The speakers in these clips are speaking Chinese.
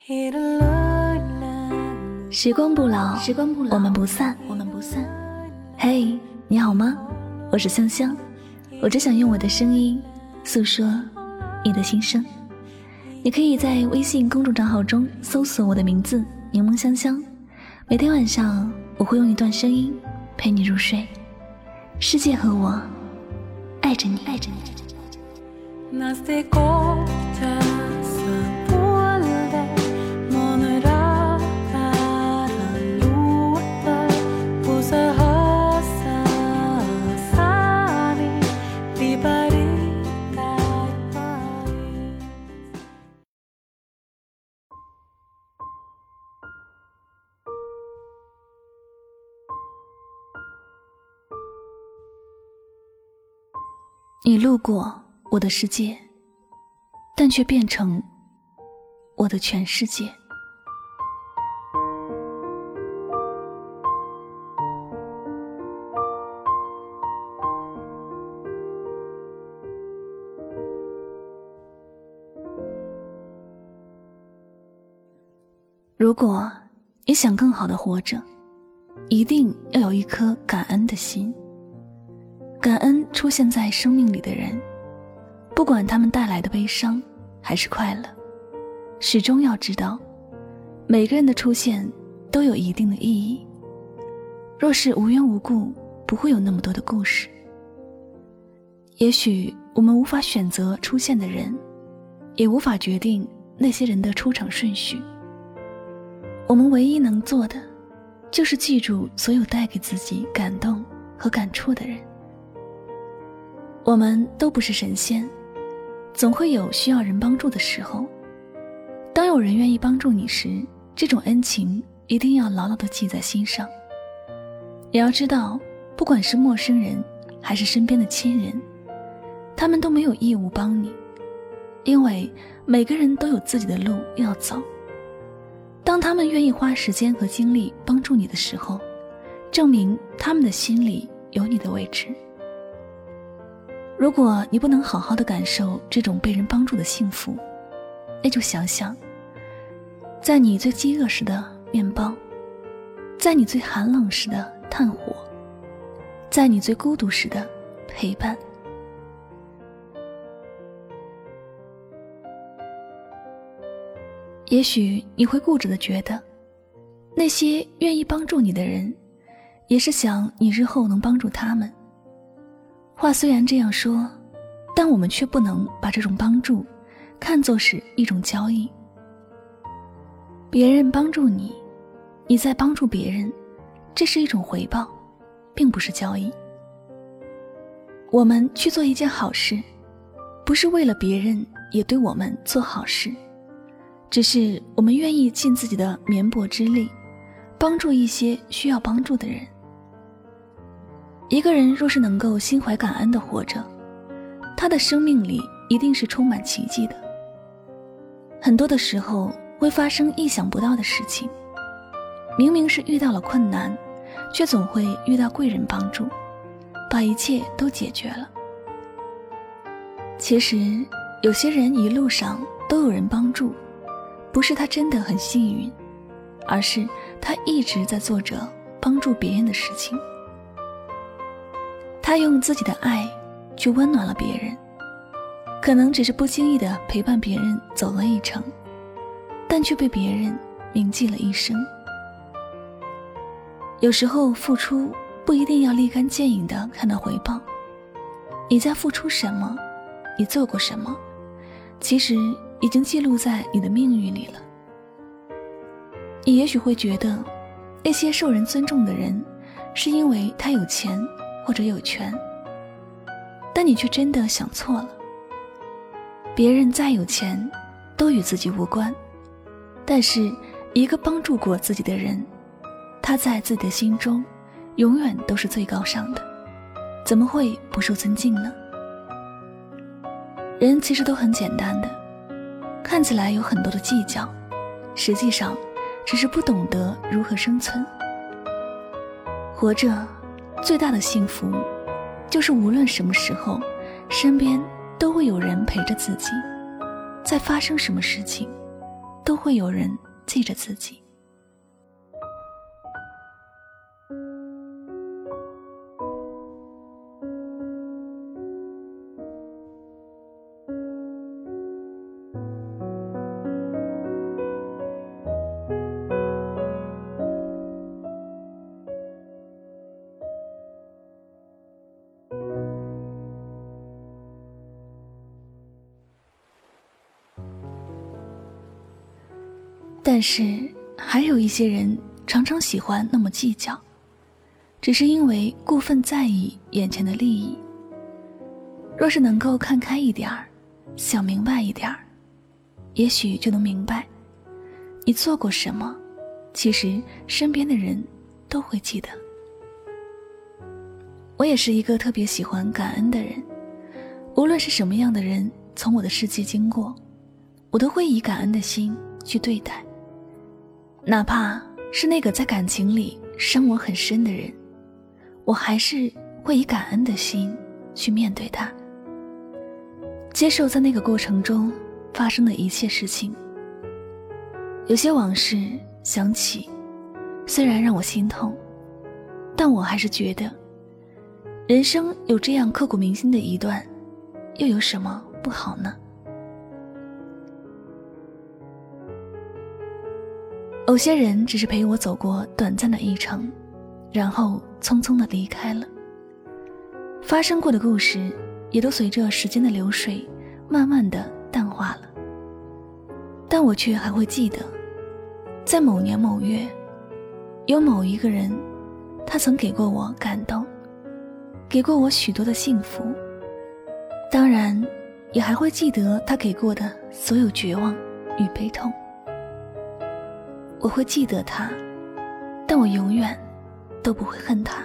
时光不老，我们不散。嘿，你好吗？我是香香，我只想用我的声音诉说你的心声。你可以在微信公众账号中搜索我的名字柠檬香香，每天晚上我会用一段声音陪你入睡。世界和我爱着你，爱着你。你路过我的世界，但却变成我的全世界。如果你想更好的活着，一定要有一颗感恩的心。感恩出现在生命里的人，不管他们带来的悲伤还是快乐，始终要知道，每个人的出现都有一定的意义。若是无缘无故，不会有那么多的故事。也许我们无法选择出现的人，也无法决定那些人的出场顺序。我们唯一能做的，就是记住所有带给自己感动和感触的人。我们都不是神仙，总会有需要人帮助的时候。当有人愿意帮助你时，这种恩情一定要牢牢地记在心上。也要知道，不管是陌生人还是身边的亲人，他们都没有义务帮你，因为每个人都有自己的路要走。当他们愿意花时间和精力帮助你的时候，证明他们的心里有你的位置。如果你不能好好的感受这种被人帮助的幸福，那就想想，在你最饥饿时的面包，在你最寒冷时的炭火，在你最孤独时的陪伴。也许你会固执地觉得，那些愿意帮助你的人，也是想你日后能帮助他们。话虽然这样说，但我们却不能把这种帮助看作是一种交易。别人帮助你，你在帮助别人，这是一种回报，并不是交易。我们去做一件好事，不是为了别人也对我们做好事，只是我们愿意尽自己的绵薄之力，帮助一些需要帮助的人。一个人若是能够心怀感恩地活着，他的生命里一定是充满奇迹的。很多的时候会发生意想不到的事情，明明是遇到了困难，却总会遇到贵人帮助，把一切都解决了。其实有些人一路上都有人帮助，不是他真的很幸运，而是他一直在做着帮助别人的事情。他用自己的爱去温暖了别人，可能只是不经意地陪伴别人走了一程，但却被别人铭记了一生。有时候付出不一定要立竿见影地看到回报，你在付出什么，你做过什么，其实已经记录在你的命运里了。你也许会觉得，那些受人尊重的人，是因为他有钱或者有权，但你却真的想错了。别人再有钱，都与自己无关，但是一个帮助过自己的人，他在自己的心中永远都是最高尚的，怎么会不受尊敬呢？人其实都很简单的，看起来有很多的计较，实际上只是不懂得如何生存。活着最大的幸福，就是无论什么时候，身边都会有人陪着自己，在发生什么事情， 都会有人记着自己。但是还有一些人常常喜欢那么计较，只是因为过分在意眼前的利益。若是能够看开一点儿，想明白一点儿，也许就能明白，你做过什么，其实身边的人都会记得。我也是一个特别喜欢感恩的人，无论是什么样的人从我的世界经过，我都会以感恩的心去对待。哪怕是那个在感情里伤我很深的人，我还是会以感恩的心去面对他，接受在那个过程中发生的一切事情。有些往事想起，虽然让我心痛，但我还是觉得人生有这样刻骨铭心的一段，又有什么不好呢？有些人只是陪我走过短暂的一程，然后匆匆地离开了。发生过的故事也都随着时间的流水慢慢地淡化了，但我却还会记得，在某年某月，有某一个人，他曾给过我感动，给过我许多的幸福，当然也还会记得他给过的所有绝望与悲痛。我会记得他，但我永远都不会恨他，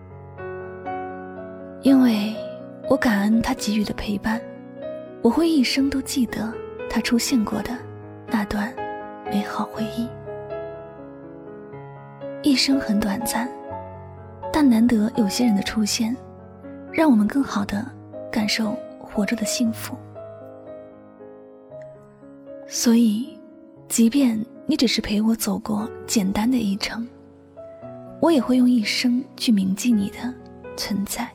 因为我感恩他给予的陪伴，我会一生都记得他出现过的那段美好回忆。一生很短暂，但难得有些人的出现，让我们更好地感受活着的幸福。所以即便你只是陪我走过简单的一程，我也会用一生去铭记你的存在。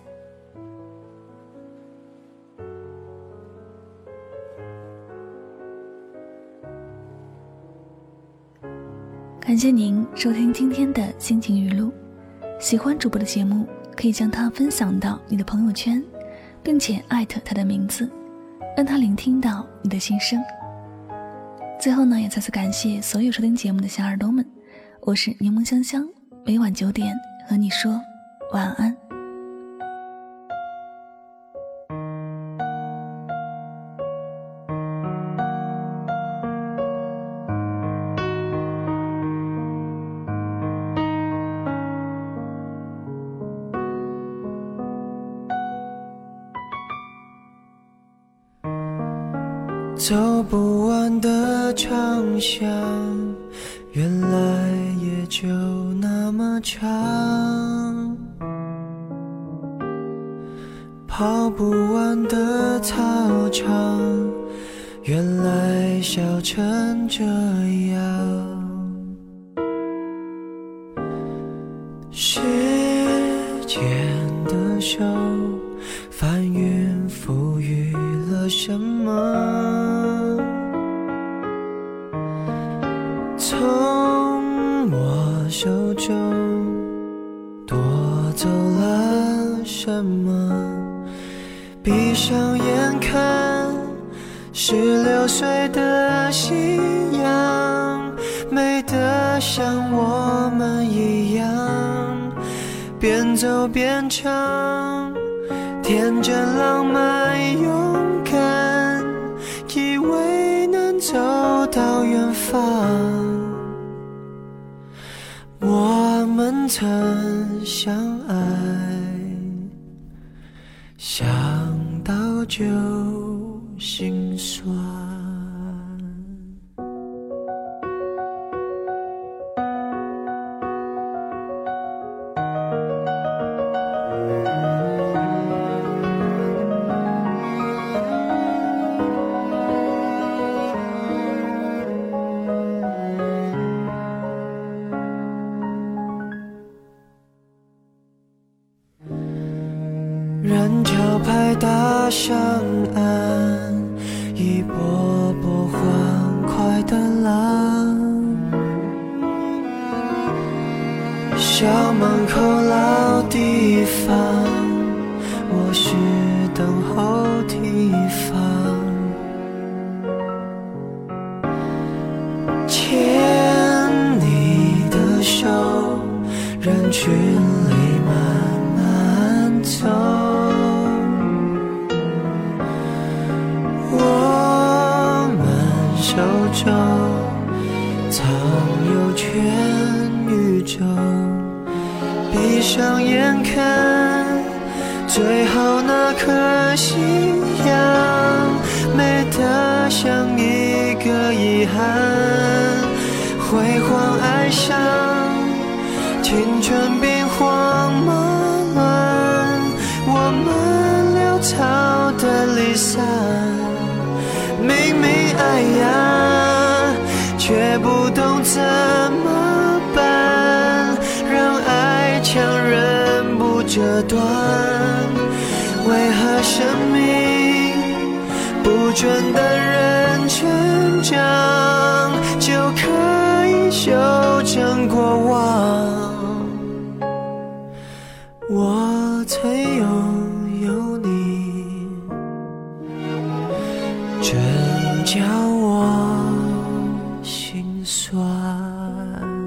感谢您收听今天的心情语录，喜欢主播的节目，可以将它分享到你的朋友圈，并且艾特他的名字，让他聆听到你的心声。最后呢，也再次感谢所有收听节目的小耳朵们，我是柠檬香香，每晚9点和你说晚安。 走不完的长巷，原来也就那么长。跑不完的操场，原来笑成这样。时间的手翻云覆雨了什么？从我手中夺走了什么？闭上眼看16岁的夕阳，美得像我们一样，边走边唱，天真浪漫勇敢，以为能走到远方。我们曾相爱，想到就心酸。 人潮拍打上岸，一波波欢快的浪。校门口老地方，我是等候提防。牵你的手，人群里慢慢走。我们手中藏有全宇宙，闭上眼看最后那颗夕阳，美得像一个遗憾。辉煌爱上青春兵荒马乱，我们潦草的离散。明明爱呀，却不懂怎么办，让爱强忍不折断。为何生命不准等人成长，就可以修正过往？我曾拥有你，真叫我心酸。